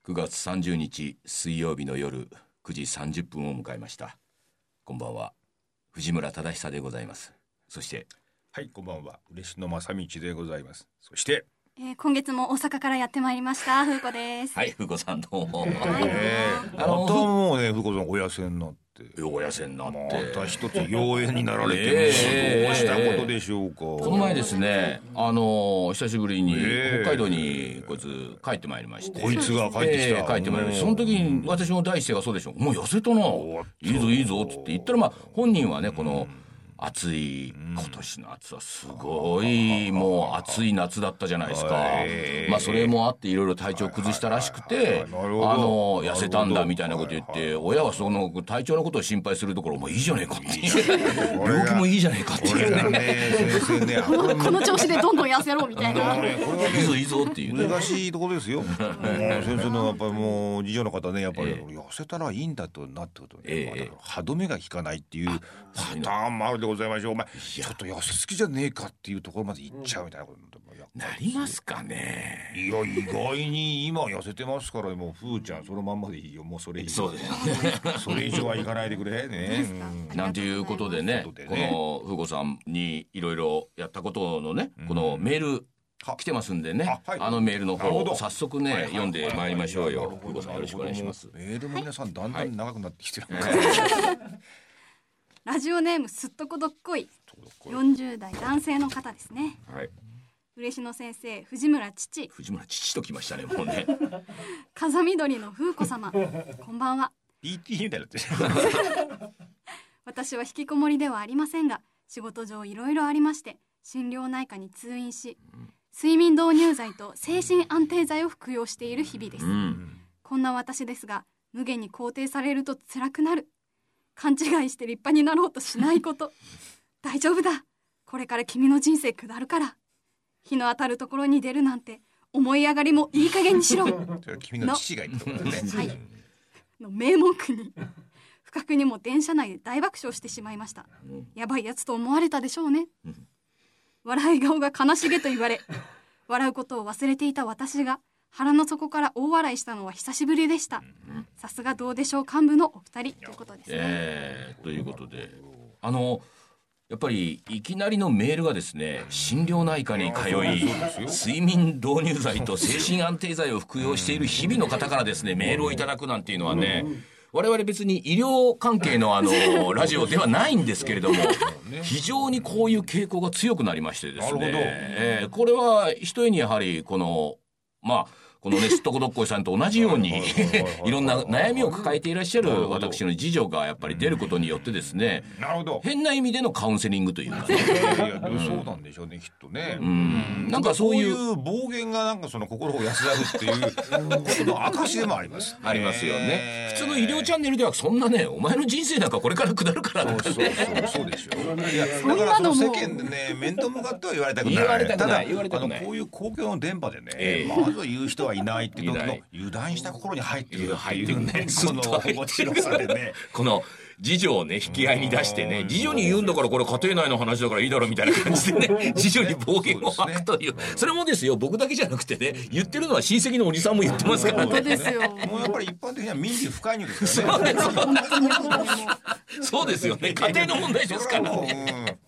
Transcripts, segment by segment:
9月30日水曜日の夜9時30分を迎えました。こんばんは、藤村忠久でございます。そしてはい、こんばんは、嬉野正道でございます。そして、 今月も大阪からやってまいりました風子です。 はい、風子さんどうも。 またもうね、風子さんお痩せになって、 お痩せになってまた一つ妖艶になられて、どうしたことでしょうか。 この前ですね、久しぶりに北海道にこいつ帰ってまいりまして、 こいつが帰ってきた、 帰ってまいりました。その時に私の第一声がそうでしょう、もう痩せたな、いいぞいいぞっつって言ったら、本人はね、この暑い今年の暑さすごいもう暑い夏だったじゃないですか。それもあっていろいろ体調崩したらしくて、痩せたんだみたいなこと言って、親はその体調のことを心配するところ、もういいじゃねえかって病気もいいじゃねえかっていうねこの調子でどんどん痩せろみたいな、 いいぞいいぞっていうね、 難しいところですよ。先生のやっぱりもう次女の方ね、やっぱり痩せたらいいんだとなってことね、歯止めが効かないっていうパターンもあるでございましょう。お前ちょっと痩せすぎじゃねえかっていうところまでいっちゃうみたいなことなりますかね。 いや、意外に今痩せてますから、もうふーちゃんそのまんまでいいよ、もうそれ以上、それ以上はいかないでくれね、 なんていうことでね、この風子さんにいろいろやったことのね、このメール来てますんでね、メールの方早速ね、読んでまいりましょうよ。風子さんよろしくお願いします。 メールも皆さんだんだん長くなってきてる、 ラジオネームすっとこどっこい40代男性の方ですね。嬉野先生、藤村父ときましたね、もうね風緑の風子様、こんばんは。 PT みたいになって私は引きこもりではありませんが、仕事上いろいろありまして、心療内科に通院し、睡眠導入剤と精神安定剤を服用している日々です。こんな私ですが、無限に肯定されると辛くなる、勘違いして立派になろうとしないこと大丈夫だ、これから君の人生下るから、日の当たるところに出るなんて思い上がりもいい加減にしろ君の父が言ったところね、 の名文句に不覚にも電車内で大爆笑してしまいました。やばいやつと思われたでしょうね。笑い顔が悲しげと言われ、笑うことを忘れていた私が腹の底から大笑いしたのは久しぶりでした。さすがどうでしょう幹部のお二人ということですね。 ということで、やっぱりいきなりのメールがですね、心療内科に通い、睡眠導入剤と精神安定剤を服用している日々の方からですね、メールをいただくなんていうのはね、我々別に医療関係のラジオではないんですけれども、非常にこういう傾向が強くなりましてですね、これはひとえにやはりこのね、すっとこどっこいさんと同じようにいろんな悩みを抱えていらっしゃる私の次女がやっぱり出ることによってですね、変な意味でのカウンセリングというかね、 そうなんでしょうね、きっとね。 なんかそういう暴言がなんかその心を安らぐっていうことの証でもあります、 ありますよね。普通の医療チャンネルではそんなね、お前の人生なんかこれから下るからってそうでしょ。いや、だからその世間でね、面と向かっては言われたくない。ただこういう公共の電波でね、まずは言う人はいないっていうのの油断した心に入ってくるっていうね、この面白さでね、 この次女をね引き合いに出してね、次女に言うんだからこれ家庭内の話だからいいだろうみたいな感じでね、次女に暴言を吐くという、それもですよ、僕だけじゃなくてね、言ってるのは親戚のおじさんも言ってますからね。 本当ですよ。 もうやっぱり一般的には民事不介入ですよね。 そうですよね、家庭の問題ですからね。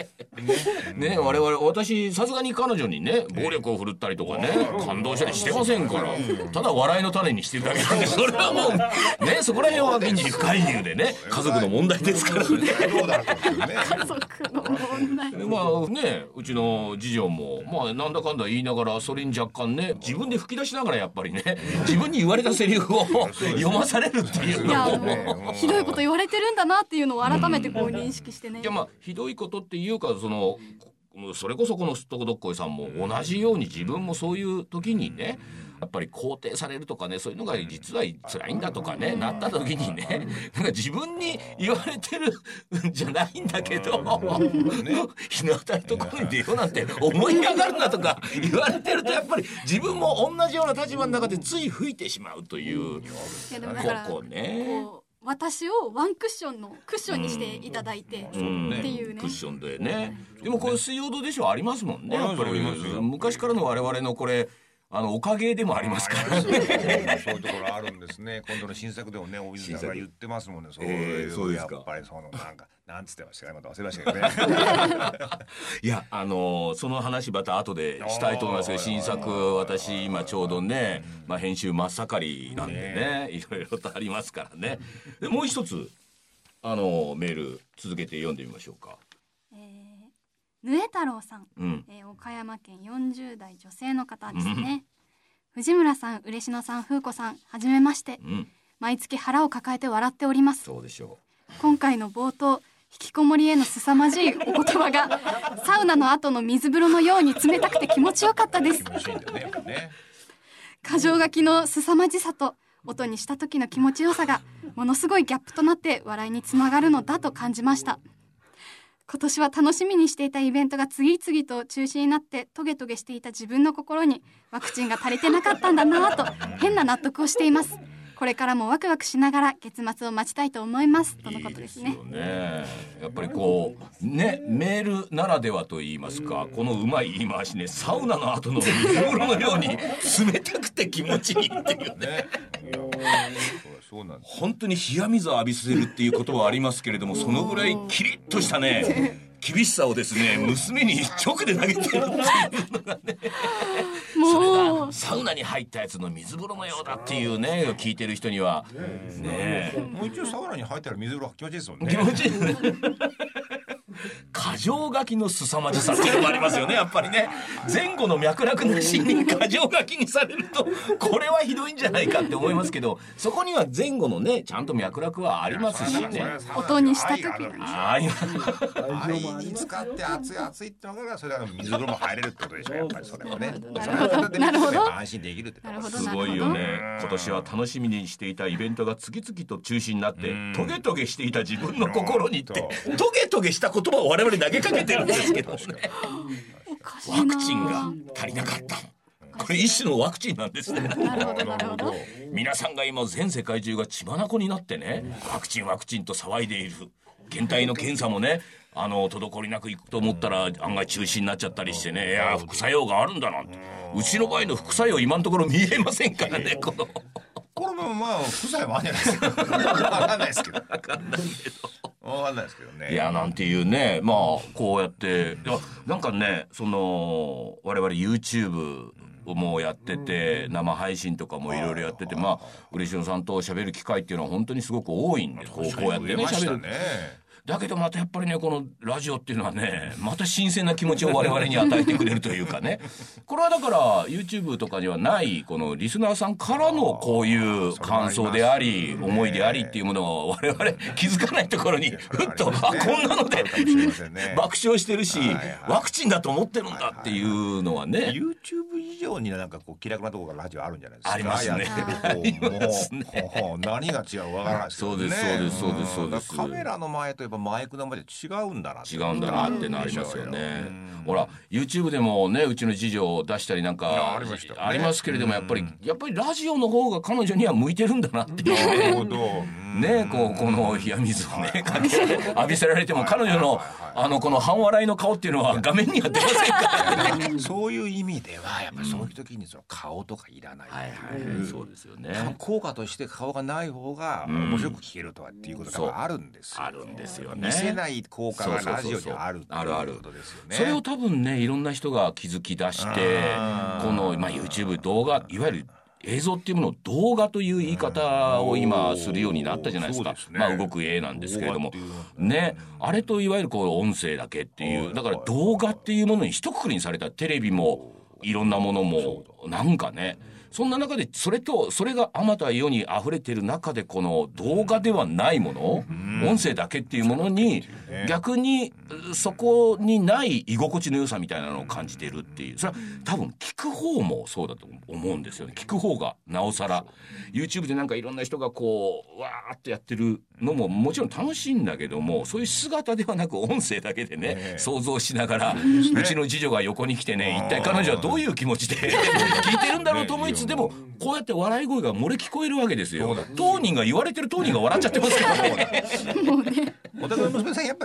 私さすがに彼女にね暴力を振るったりとかね、感動したりしてませんから、ただ笑いの種にしてるだけなんで、それはもうね、そこら辺は民事不介入でね、家族の問題ですからね。 家族の問題。 うちの次女もなんだかんだ言いながら、それに若干ね、自分で吹き出しながらやっぱりね、自分に言われたセリフを読まされるっていうのもひどいこと言われてるんだなっていうのを改めてこう認識してね。 いや、ひどいことっていうか、それこそこのすっとこどっこいさんも同じように、自分もそういう時にね、やっぱり肯定されるとかね、そういうのが実は辛いんだとかね、なった時にね、なんか自分に言われてるんじゃないんだけど、日の当たるところに出ようなんて思い上がるなとか言われてると、やっぱり自分も同じような立場の中でつい吹いてしまうという、 ここね、私をワンクッションにしていただいてっていうね、 クッションでね。でもこれ水曜どうでしょうありますもんね、やっぱり昔からの我々のこれおかげでもありますからね。 そういうところあるんですね。今度の新作でもね、大泉さんが言ってますもんね。そうですか。やっぱりなんつってましたか、また忘れましたけどね。 いやその話また後でしたいと思いますけど、新作私今ちょうどね、編集真っ盛りなんでね、いろいろとありますからね。でもう一つメール続けて読んでみましょうか。 ぬえ太郎さん、岡山県40代女性の方ですね。藤村さん、嬉野さん、風子さん、はじめまして、毎月腹を抱えて笑っております。 そうでしょう。 今回の冒頭、引きこもりへの凄まじいお言葉がサウナの後の水風呂のように冷たくて気持ちよかったです。箇条書きの凄まじさと音にした時の気持ちよさがものすごいギャップとなって笑いにつながるのだと感じました。今年は楽しみにしていたイベントが次々と中止になってトゲトゲしていた自分の心にワクチンが足りてなかったんだなと変な納得をしています。これからもワクワクしながら月末を待ちたいと思いますとのことですね。 いいですよね。やっぱりこうね、メールならではと言いますか、このうまい言い回しね、サウナの後の水風呂のように冷たくて気持ちいいっていうね。本当に冷や水を浴びせるっていうことはありますけれども、そのぐらいキリッとしたね厳しさをですね、娘に直で投げてるっていうのがねそれがサウナに入ったやつの水風呂のようだっていうね、聞いてる人にはね。 もう一応サウナに入ったら水風呂気持ちいいですもんね。 気持ちいいね。箇条書きの凄まじさっていうのもありますよね。やっぱりね、前後の脈絡なしに箇条書きにされるとこれはひどいんじゃないかって思いますけど、そこには前後のねちゃんと脈絡はありますしね。 音にした時愛に使って熱いってのが、それは水風呂も入れるってことでしょ。やっぱりそれはね、 なるほど、 安心できるってすごいよね。今年は楽しみにしていたイベントが次々と中止になってトゲトゲしていた自分の心にってトゲトゲした言葉を我々投げかけてるんですけどね。ワクチンが足りなかった、これ一種のワクチンなんですね。 なるほどなるほど。 皆さんが今全世界中が血眼になってね、ワクチンと騒いでいる。検体の検査もね滞りなくいくと思ったら案外中止になっちゃったりしてね、いや副作用があるんだなんて。うちの場合の副作用今のところ見えませんからね。これもまあ副作用もあるんじゃないですか。分かんないですけど。分かんないですけどね。 いやなんていうね、こうやってなんかね、我々 YouTubeもやってて、生配信とかもいろいろやってて、嬉野さんと喋る機会っていうのは本当にすごく多いんで、こうやってね喋る。だけどまたやっぱりね、このラジオっていうのはね、また新鮮な気持ちを我々に与えてくれるというかね。これはだから YouTube とかにはないこのリスナーさんからのこういう感想であり思いでありっていうものを我々気づかないところにふっとこんなので爆笑してるし、ワクチンだと思ってるんだっていうのはね、 YouTube 以上になんかこう気楽なところがラジオあるんじゃないですか。 ありますね。 もう何が違うわからないですよね。 そうです。 カメラの前とマイクの前で違うんだなってなりますよね。ほら YouTube でもね、うちの次女を出したりなんかありますけれども、やっぱりラジオの方が彼女には向いてるんだなっていうね。この冷や水をね浴びせられても彼女のこの半笑いの顔っていうのは画面には出ませんからね。 そういう意味ではやっぱりそういう時にその顔とかいらない。 そうですよね。 効果として顔がない方が面白く聞けるとはっていうことがあるんですよ。 あるんですよね。 見せない効果がラジオにあるっていうことですよね。 それを多分ね、いろんな人が気づき出して、このYouTube 動画、いわゆる映像っていうものを動画という言い方を今するようになったじゃないですか。動く絵なんですけれどもね、あれといわゆるこう音声だけっていう、だから動画っていうものに一括りにされたテレビもいろんなものもなんかね、そんな中でそれがあまた世に溢れている中で、この動画ではないもの、音声だけっていうものに逆にそこにない居心地の良さみたいなのを感じているっていう、それは多分聞く方もそうだと思うんですよね。聞く方がなおさら YouTube でなんかいろんな人がこうわーってやってるのももちろん楽しいんだけども、そういう姿ではなく音声だけでね、想像しながらうちの次女が横に来てね、一体彼女はどういう気持ちで聞いてるんだろうと思いつつ、でもこうやって笑い声が漏れ聞こえるわけですよ。当人が言われてる当人が笑っちゃってますからね。 お互い娘さんやっぱ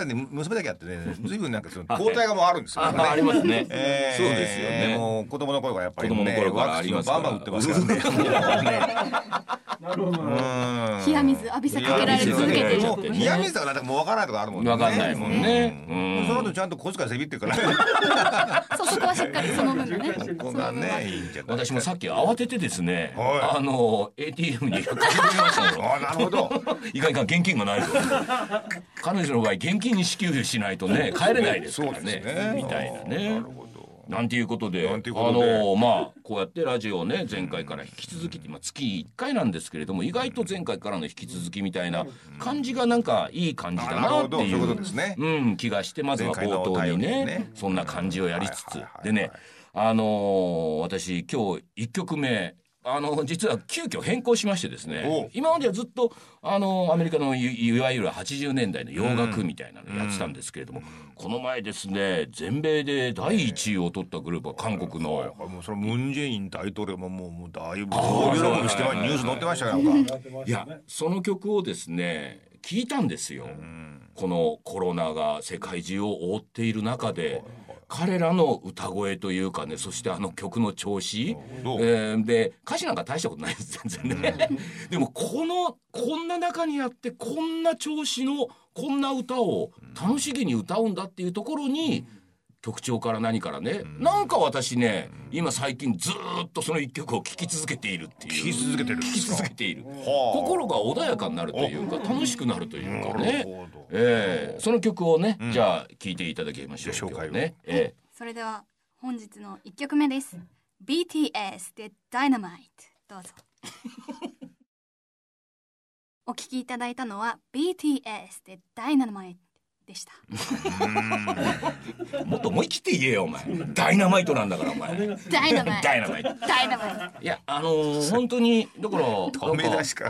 ね娘だけあってね随分なんかその交代がもうあるんですよね。 ありますね、そうですよね。 もう子供の頃からやっぱり子供の頃からワありますからクチンをバンバン打ってますからね。 なるほど。 冷や水浴びせかけられ続けてる。 もう冷や水とかなんかもう分からないとかあるもんね。 分かんないもんね。 その後ちゃんと小遣いせびってるからそうそこはしっかりその分がね。 ここがねいいんじゃない。 私もさっき慌ててですね、 は ATM に駆け込みましたよ。 あ、なるほど。 いかんいかん現金がないと。彼女の場合現金支給しないとね帰れないですからねみたいなね。 なるほど。 なんていうことで、まあこうやってラジオね前回から引き続き、月1回なんですけれども、意外と前回からの引き続きみたいな感じがなんかいい感じだなっていう気がして、まずは冒頭にねそんな感じをやりつつでね、私今日1曲目実は急遽変更しましてですね、今まではずっとアメリカのいわゆる80年代の洋楽みたいなのやってたんですけれども、この前ですね全米で第1位を取ったグループは韓国の、 もうそのムン・ジェイン大統領ももうだいぶ大喜びしてニュース載ってましたよ。なんかいやその曲をですね聞いたんですよ。このコロナが世界中を覆っている中で彼らの歌声というかね、そして曲の調子、で歌詞なんか大したことないです全然ね、でもこんな中にあってこんな調子のこんな歌を楽しげに歌うんだっていうところに、曲調から何からね、なんか私ね今最近ずっとその一曲を聴き続けているっていう。 聴き続けてる。 聴き続けている。心が穏やかになるというか楽しくなるというかね、その曲をね、じゃあ聴いていただきましょう。 紹介をね、 それでは本日の1曲目です。 BTS で Dynamite どうぞ。お聴きいただいたのは BTS で Dynamiteでした。 もっと思い切って言えよお前。ダイナマイトなんだからお前。 ダイナマイト。 ダイナマイト。 ダイナマイト。 いや本当にだからダメ出しか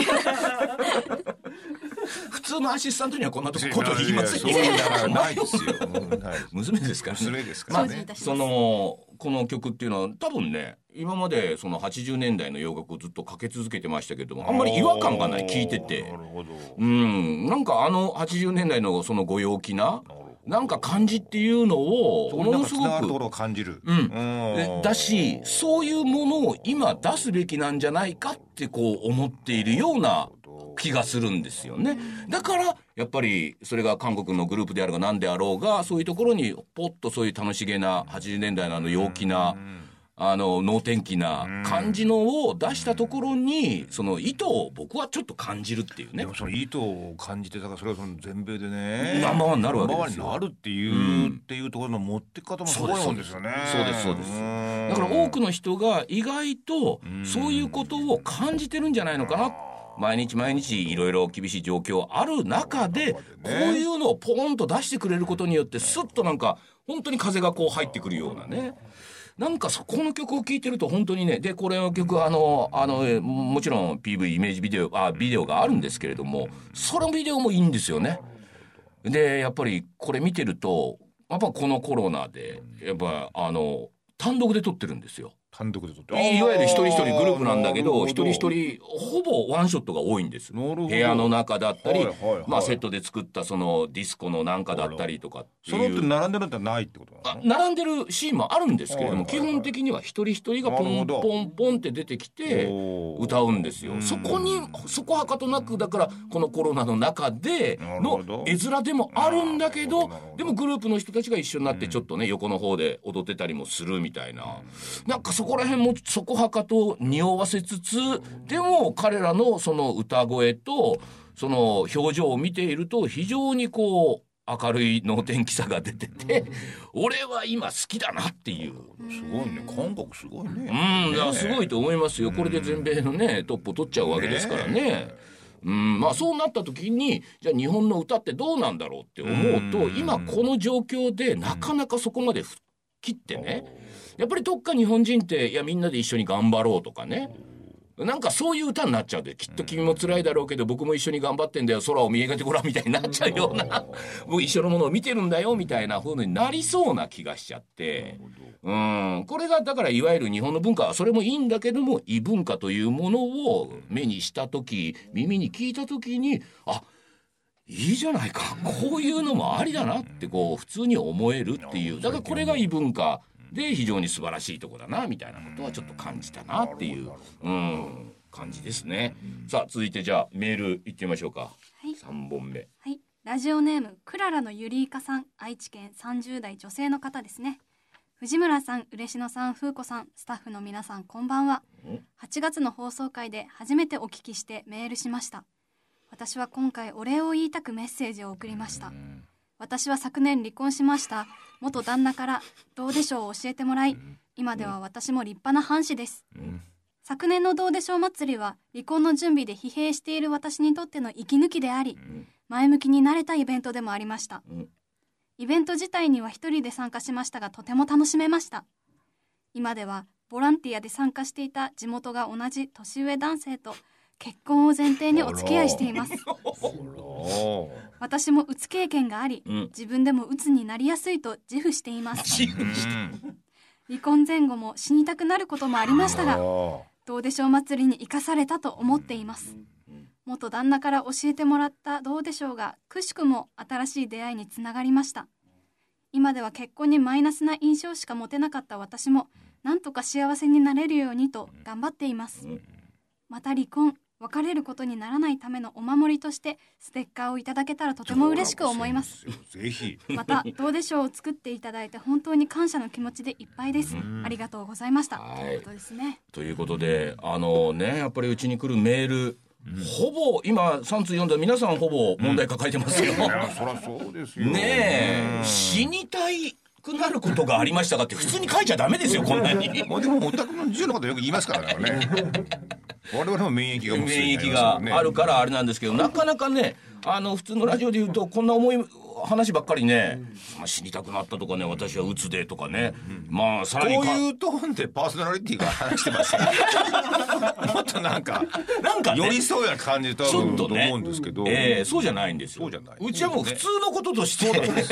普通のアシスタントにはこんなこと言いませんよ。 ないですよ。 娘ですからね。 娘ですからね。 この曲っていうのは多分ね今までその80年代の洋楽をずっとかけ続けてましたけども、あんまり違和感がない聞いてて。 なるほど。 なんか80年代のそのご陽気ななんか感じっていうのをものすごく感じる。 だし、そういうものを今出すべきなんじゃないかってこう思っているような気がするんですよね。だからやっぱりそれが韓国のグループであるが何であろうが、そういうところにポッとそういう楽しげな80年代の陽気な能天気な感じのを出したところにその意図を僕はちょっと感じるっていうね。 でもその意図を感じて、だからそれはその全米でねナンバーワンになるわけですよ。 ナンバーワンになるっていう、っていうところの持って方もすごいもんですよね。 そうです。だから多くの人が意外とそういうことを感じてるんじゃないのかな。毎日いろいろ厳しい状況ある中で、こういうのをポーンと出してくれることによってスッとなんか本当に風がこう入ってくるようなね。なんかこの曲を聴いてると本当にね、でこれの曲もちろん PV イメージビデオがあるんですけれども、そのビデオもいいんですよね。でやっぱりこれ見てるとやっぱこのコロナでやっぱ単独で撮ってるんですよ。 単独で撮って、 いわゆる一人一人グループなんだけど、一人一人ほぼワンショットが多いんです。部屋の中だったり、セットで作ったそのディスコのなんかだったりとかっていう。 そのって並んでるんだったらないってことなの？ 並んでるシーンもあるんですけれども、基本的には一人一人がポンポンポンって出てきて歌うんですよ。そこにそこはかとなく、だからこのコロナの中での絵面でもあるんだけど、でもグループの人たちが一緒になってちょっとね横の方で踊ってたりもするみたいな、なんかそこら辺もそこはかと匂わせつつ、でも彼らのその歌声とその表情を見ていると非常にこう明るい能天気さが出てて、俺は今好きだなっていう。 すごいね、韓国すごいね。 いやすごいと思いますよ。これで全米のねトップを取っちゃうわけですからね。そうなった時にじゃあ日本の歌ってどうなんだろうって思うと、今この状況でなかなかそこまで切ってね、やっぱりどっか日本人っていやみんなで一緒に頑張ろうとかね、なんかそういう歌になっちゃうで、きっと君も辛いだろうけど僕も一緒に頑張ってんだよ、空を見上げてごらんみたいになっちゃうような僕一緒のものを見てるんだよみたいな風になりそうな気がしちゃって、これがだからいわゆる日本の文化はそれもいいんだけども、異文化というものを目にした時耳に聞いた時に、 いいじゃないか、こういうのもありだなってこう普通に思えるっていう、だからこれが異文化で非常に素晴らしいところだなみたいなことはちょっと感じたなっていう、感じですね。さあ続いてじゃあメールいってみましょうか。はい、3本目。 はい、ラジオネームクララのゆりいかさん、愛知県30代女性の方ですね。藤村さん、嬉野さん、風子さん、スタッフの皆さんこんばんは。8月の放送回で初めてお聞きしてメールしました。私は今回お礼を言いたくメッセージを送りました。私は昨年離婚しました。元旦那からどうでしょうを教えてもらい、今では私も立派な藩士です。昨年のどうでしょう祭りは離婚の準備で疲弊している私にとっての息抜きであり、前向きになれたイベントでもありました。イベント自体には一人で参加しましたが、とても楽しめました。今ではボランティアで参加していた地元が同じ年上男性と結婚を前提にお付き合いしています。私もうつ経験があり、自分でもうつになりやすいと自負しています。離婚前後も死にたくなることもありましたが、どうでしょう祭りに生かされたと思っています。元旦那から教えてもらったどうでしょうが、くしくも新しい出会いにつながりました。今では結婚にマイナスな印象しか持てなかった私も、なんとか幸せになれるようにと頑張っています。また離婚、別れることにならないためのお守りとしてステッカーをいただけたらとても嬉しく思います。 ぜひ。 またどうでしょうを作っていただいて本当に感謝の気持ちでいっぱいです。ありがとうございました。ということですね。 ということでやっぱりうちに来るメール、ほぼ今3通読んだ皆さんほぼ問題抱えてますよ。 そりゃそうですよ。 ねえ、死にたいくなることがありましたかって普通に書いちゃダメですよ、こんなに。 でもお宅の自由のことよく言いますからね。我々も免疫があるからあれなんですけど、なかなかね普通のラジオで言うとこんな重い話ばっかりね、死にたくなったとかね、私はうつでとかね、さらにこういうトーンでパーソナリティが話してますよ。もっとなんか寄り添うような感じと思うんですけど、 そうじゃないんですよ。うちはもう普通のこととして、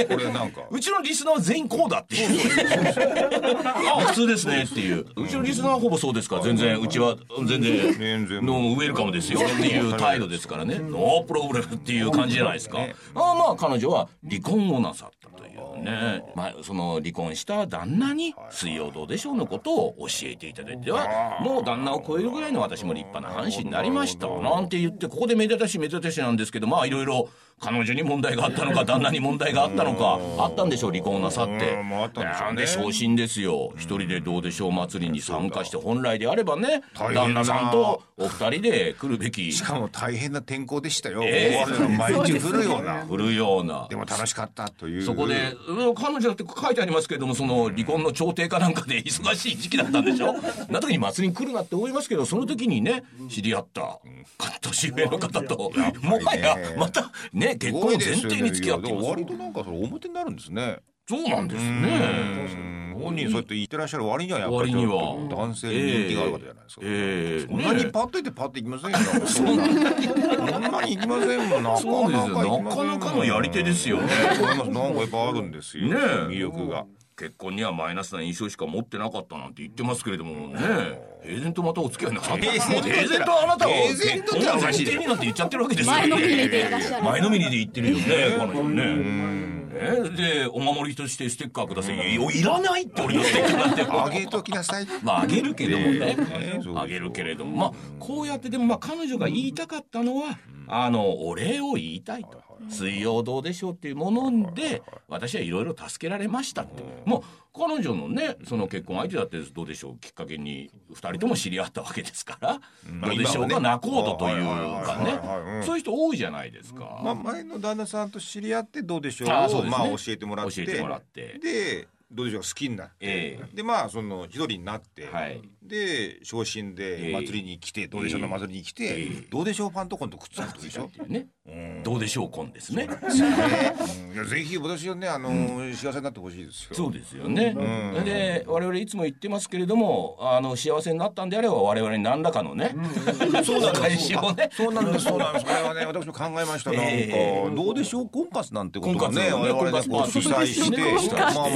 これなんかうちのリスナーは全員こうだっていう普通ですねっていう、うちのリスナーはほぼそうですから、全然うちは全然のウェルカムですよっていう態度ですからね、ノープロブレムっていう感じじゃないですか。彼女は離婚をなさったというね、その離婚した旦那に水曜どうでしょうのことを教えていただいては、もう旦那を超えるぐらいの私も立派な藩士になりましたなんて言って、ここでめでたしなんですけど、いろいろ彼女に問題があったのか旦那に問題があったのかあったんでしょう。離婚なさってなんで昇進ですよ。一人でどうでしょう祭りに参加して、本来であればね旦那さんとお二人で来るべき。 しかも大変な天候でしたよ。毎日降るようなでも楽しかったという。 そこで彼女だって書いてありますけれども、その離婚の調停かなんかで忙しい時期だったんでしょ。な時に祭りに来るなって思いますけど、その時にね知り合った年上の方ともはやまたね結婚を前提に付き合っています。 割となんかそれ表になるんですね。 そうなんですね。 本人そうやって言ってらっしゃる割にはやっぱり男性に人気がある方じゃないですか。そんなにパッといってパッといきませんよ。そんなにいきませんもん。 なかなかのやり手ですよね。 なんかやっぱあるんですよ、魅力が。 結婚にはマイナスな印象しか持ってなかったなんて言ってますけれどもね、平然とまたお付き合いなさって、平然とあなたは結婚が前提になんて言っちゃってるわけですよ。 前のめりでいらっしゃる。 前のめりで言ってるよね、彼女ね。でお守りとしてステッカーください。いらないって俺のステッカーなんてあげときなさい。 あげるけどもね、あげるけれども、こうやってでも彼女が言いたかったのはお礼を言いたいと。水曜どうでしょうっていうもので私はいろいろ助けられましたって。もう彼女のねその結婚相手だってどうでしょうきっかけに2人とも知り合ったわけですから、どうでしょうか仲人というかね、そういう人多いじゃないですか。 前の旦那さんと知り合ってどうでしょうを教えてもらってでどうでしょう好きになって、でその一人になって、で昇進で祭りに来て、どうでしょうの祭りに来て、どうでしょうファンとコンとくっつくとでしょ。 どうでしょうコンですね。 ぜひ私はね幸せになってほしいですよ。 そうですよね。で我々いつも言ってますけれども幸せになったんであれば我々に何らかのねそうな返しをね。 そうなんです。これはね私も考えました。なんかどうでしょう婚活なんてことをね我々が主催してなんか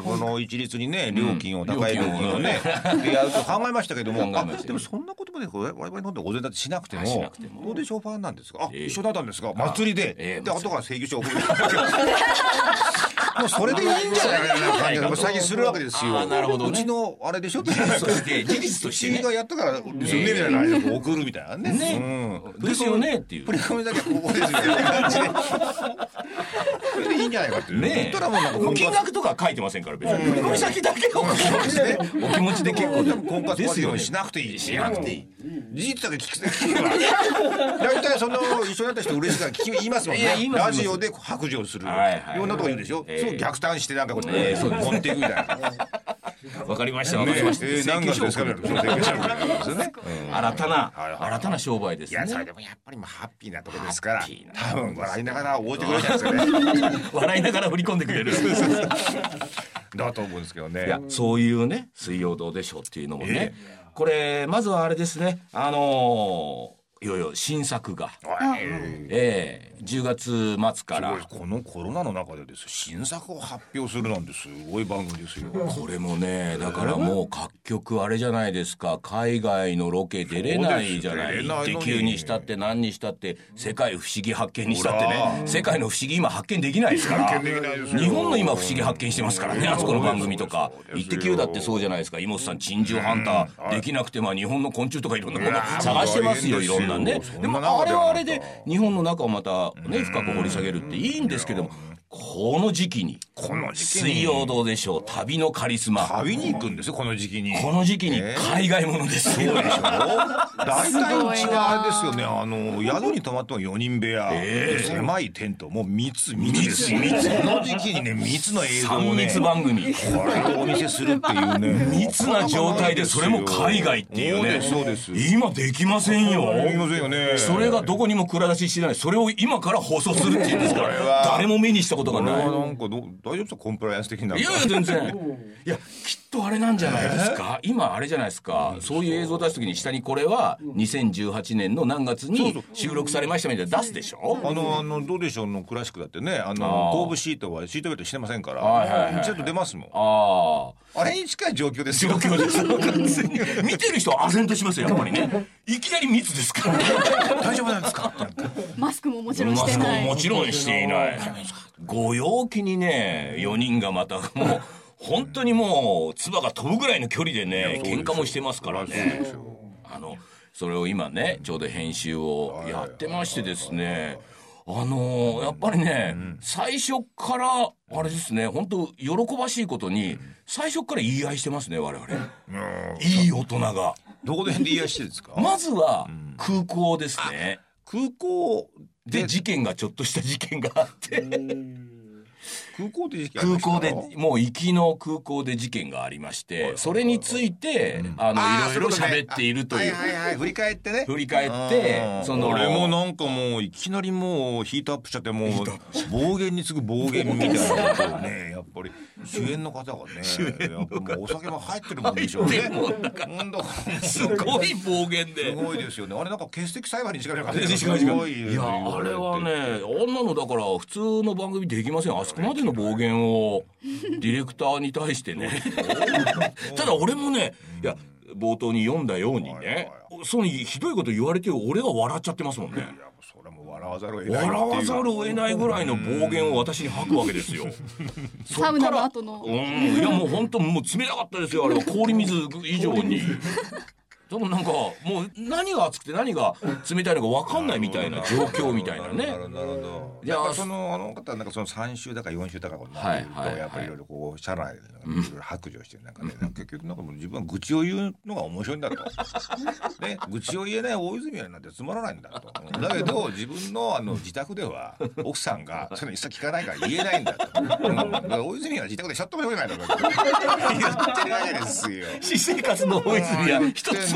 この一律にね料金を高い料金をねでやると考えましたけども、でもそんなことまで我々のお膳立てしなくてもどうでしょうファンなんですか、一緒だったんですが祭りで後から請求書を送るもうそれでいいんじゃないかな感じが最近するわけですよ。 なるほど、ね、 うちのあれでしょそして事実としてね君がやったからですよねみたいな送るみたいなね、 ですよねっていう振り込みだけここですよね感じでそれでいいんじゃないかっていうね。金額とか書いてませんから別に振り込み先だけをお気持ちで結構婚活ですよ、しなくていいしなくていい事実だけ聞けば大体その一緒になった人嬉しいから言いますもんね。ラジオで白状するようなとこ言うでしょ、そう逆転してなんかこう持っていくみたいな。 わかりましたわかりました。 何月ですかね新たな商売ですね。 いやそれでもやっぱりハッピーなところですから多分笑いながら覚えてくれるじゃないですかね笑いながら振り込んでくれるだと思うんですけどね。 いやそういうね水曜どうでしょうっていうのもね、これまずはあれですね、いよいよ新作が、10月末からこのコロナの中でです新作を発表するなんてすごい番組ですよ。 これもねだからもう各局あれじゃないですか、海外のロケ出れないじゃない。で急にしたって何にしたって世界不思議発見にしたってね、世界の不思議今発見できないですから、日本の今不思議発見してますからね、あそこの番組とか。イッテ Q だってそうじゃないですか。イモスさん珍獣ハンターできなくて日本の昆虫とかいろんなもの探してますよ、いろんなね。でもあれはあれで日本の中をまたね深く掘り下げるっていいんですけども、この時期に水曜どうでしょう旅のカリスマ旅に行くんですよ。この時期に海外ものですよ。 大体うちはあれですよね、宿に泊まっても4人部屋、狭いテントもう密ですよ。この時期にね密の映像をね密番組これをお見せするっていうね密な状態でそれも海外っていうね。 そうです今できませんよ。 できませんよね。 それがどこにも蔵出ししてない。それを今から放送するっていうんですから誰も目にしたことがない。 なんか大丈夫ですかコンプライアンス的な。 いや全然いやきっとあれなんじゃないですか。今あれじゃないですか、そういう映像を出すときに下にこれは2018年の何月に収録されましたみたいな出すでしょ。 どうでしょうのクラシックだってね後部シートはシートベルトしてませんからちょっと出ますもん。あれに近い状況ですよ。 見てる人は唖然としますよやっぱりね。いきなり密ですから大丈夫なんですかマスクももちろんしてない。 マスクももちろんしていない。ご陽気にね4人がまたもう本当にもう唾が飛ぶぐらいの距離でね喧嘩もしてますからね。それを今ねちょうど編集をやってましてですね、やっぱりね、最初からあれですね本当喜ばしいことに最初から言い合いしてますね我々。いい大人がどこで言い合いしてるんですか。 まずは空港ですね。 空港で事件がちょっとした事件があって空港でもう行きの空港で事件がありまして、それについていろいろ喋っているという。 振り返って俺もなんかもういきなりもうヒートアップしちゃってもう暴言に次ぐ暴言みたいなことをねやっぱり主演の方がねやっぱもうお酒も入ってるもんでしょうね。 すごい暴言で。 すごいですよね。あれなんか欠席裁判に近い感じで。いやあれはねあんなのだから普通の番組できません。あそこまでの暴言をディレクターに対してねただ俺もねいや冒頭に読んだようにねそうにひどいこと言われて俺が笑っちゃってますもんね。いやそれも笑わざるを得ないぐらいの暴言を私に吐くわけですよサウナの後のいやもう本当もう冷たかったですよあれは。氷水以上にでもなんかもう何が熱くて何が冷たいのか分かんないみたいな状況みたいなね。 なるほど。じゃあその方はなんかその3週だか4週だかこうなるとやっぱりいろいろこう社内でいろいろ白状してなんかね結局なんかもう自分は愚痴を言うのが面白いんだとね愚痴を言えない大泉なんてつまらないんだと。だけど自分の自宅では奥さんがそれ一切聞かないから言えないんだと。だから大泉は自宅でシャッとも読めないとか言ってるわけですよ。 私生活の大泉は一つも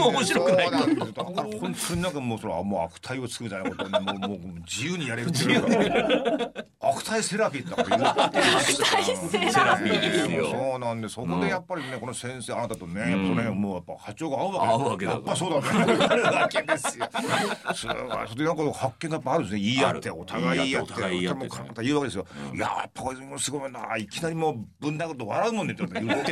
も面白くないと。 だから本当になんかもうそれはもう悪態をつくみたいなことでもう自由にやれるっていう悪態セラピーとか言ってるセラピーですよ。 そうなんで、そこでやっぱりね、この先生あなたとね、その辺もうやっぱ波長が合うわけだ。 やっぱそうだね。あるわけですよ。すごい。それでなんか発見がやっぱあるんですね。言い合ってお互い言い合ってまた言うわけですよ。いややっぱこれもすごいな。いきなりもうぶん殴って笑うもんねって言って。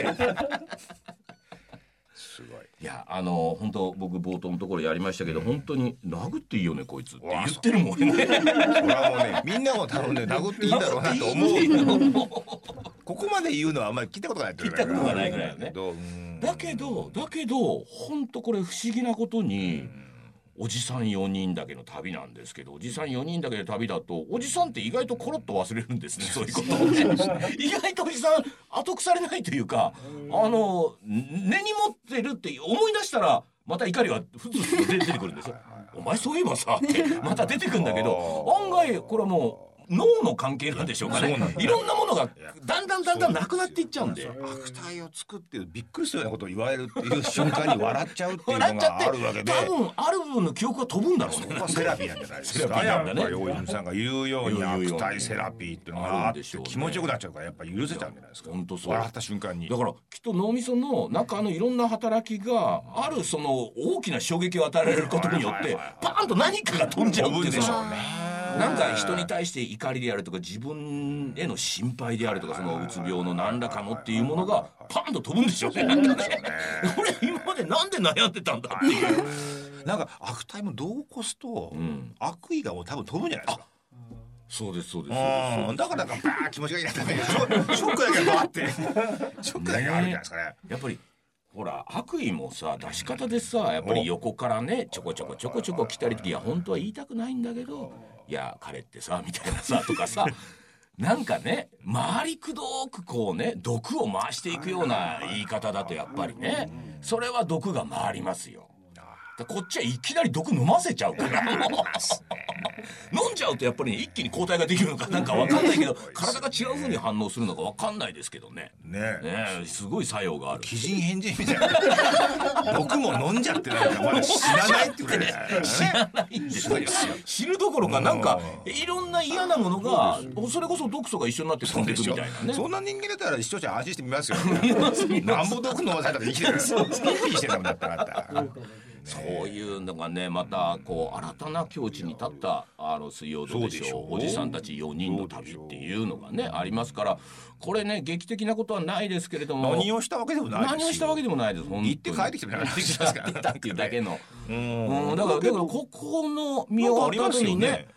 すごい。 いや本当僕冒頭のところやりましたけど、本当に殴っていいよねこいつって言ってるもんね。 それはもうね、みんなも多分ね殴っていいんだろうなと思う。ここまで言うのはあんまり聞いたことがない。 聞いたことがないぐらいよね。だけど本当これ不思議なことに。おじさん4人だけの旅なんですけど、おじさん4人だけの旅だとおじさんって意外とコロッと忘れるんですね、そういうことをね。意外とおじさん後腐れないというか、根に持ってるって思い出したらまた怒りはふつふつ出てくるんですよ。お前そういえばさってまた出てくるんだけど、案外これはもう脳の関係なんでしょうかね。いろんなものがだんだんなくなっていっちゃうんで、 悪態をつくっていうびっくりするようなことを言われるっていう瞬間に笑っちゃうっていうのがあるわけで、 多分ある部分の記憶が飛ぶんだろうね。 セラピーなんじゃないですか。やっぱり大泉さんが言うように悪態セラピーっていうのがあって気持ちよくなっちゃうからやっぱり許せちゃうんじゃないですか。 本当そう。 笑った瞬間に。 だからきっと脳みその中のいろんな働きがある、その大きな衝撃を与えられることによってパーンと何かが飛んじゃうっていうでしょうね。なんか人に対して怒りであるとか自分への心配であるとか、そのうつ病の何らかのっていうものがパンと飛ぶんでしょうね。なんかね、俺今までなんで悩んでたんだっていう。 なんか悪態も度を越すと、悪意がもう多分飛ぶんじゃないですか。 そうです。 だからなんかバー気持ちがいいなってね。ショックだけがバーってショックだけがあるんじゃないですかね。 やっぱりほら悪意もさ出し方でさ、やっぱり横からねちょこちょこ来たり、いや本当は言いたくないんだけど、いや彼ってさみたいなさとかさなんかね回りくどくこうね毒を回していくような言い方だとやっぱりね、それは毒が回りますよ。こっちはいきなり毒飲ませちゃうから飲んじゃうとやっぱり、ね、一気に抗体ができるのかなんか分かんないけど体が違う風に反応するのか分かんないですけどね。すごい作用がある。 鬼人変人みたいな毒も飲んじゃってなんかまだ知らないってことですね。 知らないんですよ。知るどころかなんかいろんな嫌なものがそれこそ毒素が一緒になって飛んでいくみたいなね。 そんな人間だったら視聴者安心してみますよ。なんぼ毒飲まされたら生きてる。生きしてたもんだったら。 そういうのがねまたこう新たな境地に立った水曜どうでしょう、おじさんたち4人の旅っていうのがねありますから、これね劇的なことはないですけれども、 何をしたわけでもないです。 何をしたわけでもないです。 行って帰ってきてみたいな話ですから行ったっていうだけのだからここの見終わった後にね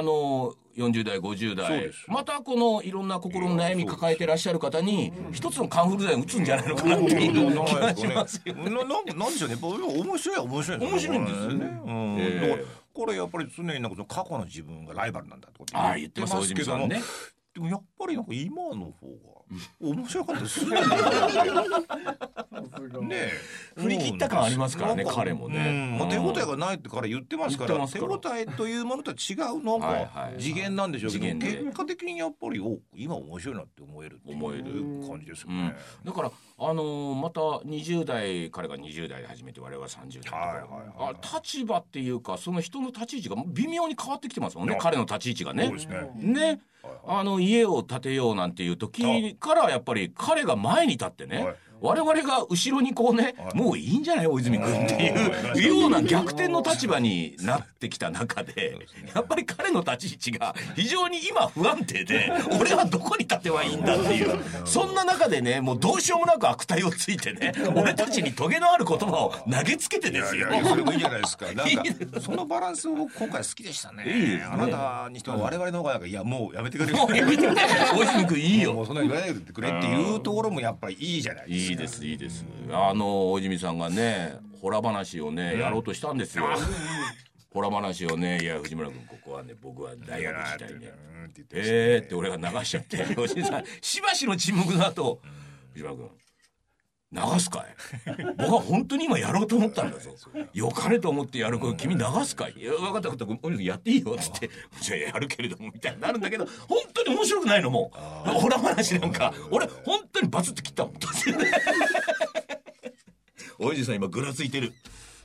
40代50代またこのいろんな心の悩み抱えてらっしゃる方に一つのカンフル剤を打つんじゃないのかなっていう気がしますよね。 なんでしょうね、面白いんですよね。これやっぱり常になんか過去の自分がライバルなんだってこと言ってますけども、ね、 でもやっぱりなんか今の方が面白かったですね。 振り切った感ありますからね彼もね。 手応えがないって彼言ってますから、手応えというものとは違うなんか次元なんでしょうけど、結果的にやっぱり今面白いなって思える感じですよね。 だからまた20代彼が20代で始めて我々は30代立場っていうかその人の立ち位置が微妙に変わってきてますもんね。彼の立ち位置がね。 そうですね。 家を建てようなんていう時からやっぱり彼が前に立ってね、我々が後ろにこうね、もういいんじゃない大泉君っていうような逆転の立場になってきた中で、やっぱり彼の立ち位置が非常に今不安定で俺はどこに立てばいいんだっていうそんな中でね、もうどうしようもなく悪態をついてね、俺たちにトゲのある言葉を投げつけてですよ。 それもいいじゃないですか。なんかそのバランスを僕今回好きでしたね。あなたにしても我々の方がなんかいやもうやめてくれもうやめてくれ大泉君いいよもうそんなに言わないでくれっていうところもやっぱりいいじゃないですか。 いいです大泉さんがねホラ話をねやろうとしたんですよ。ホラ話をね、いや藤村君ここはね僕は大学時代ねって俺が流しちゃって大泉さんしばしの沈黙の後、藤村君流すかい僕は本当に今やろうと思ったんだぞよかれと思ってやること君流すかい、いや分かったやっていいよっつってじゃあやるけれどもみたいになるんだけど、本当に面白くないのもホラ話なんか俺本当にバツって切ったもん大泉さん今ぐらついてる。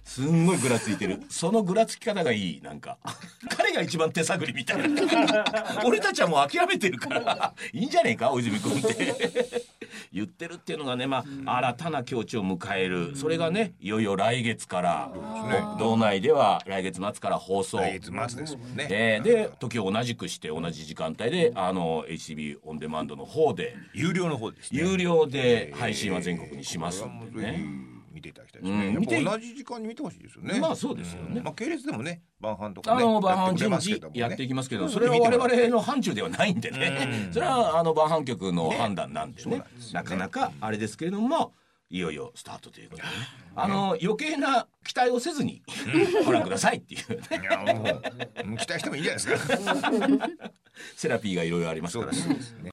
すんごいぐらついてる。そのぐらつき方がいい。なんか彼が一番手探りみたいな俺たちはもう諦めてるからいいんじゃねえか大泉君って言ってるっていうのがね、まあ、新たな境地を迎える。それがね、いよいよ来月から道内では来月末から放送。 来月末ですもんね。 で時を同じくして同じ時間帯でHTB オンデマンドの方で有料の方ですね。 有料で配信は全国にしますんでね。 見ていただきたいですね。やっぱ同じ時間に見てほしいですよね。 まあそうですよね。 まあ系列でもね、晩飯とかね、 晩飯順次やっていきますけど、それは我々の範疇ではないんでね。それは晩飯局の判断なんでね。なかなかあれですけれども、いよいよスタートということでね。余計な期待をせずにご覧くださいっていうね。 いやもう期待してもいいんじゃないですか。 セラピーがいろいろありますから。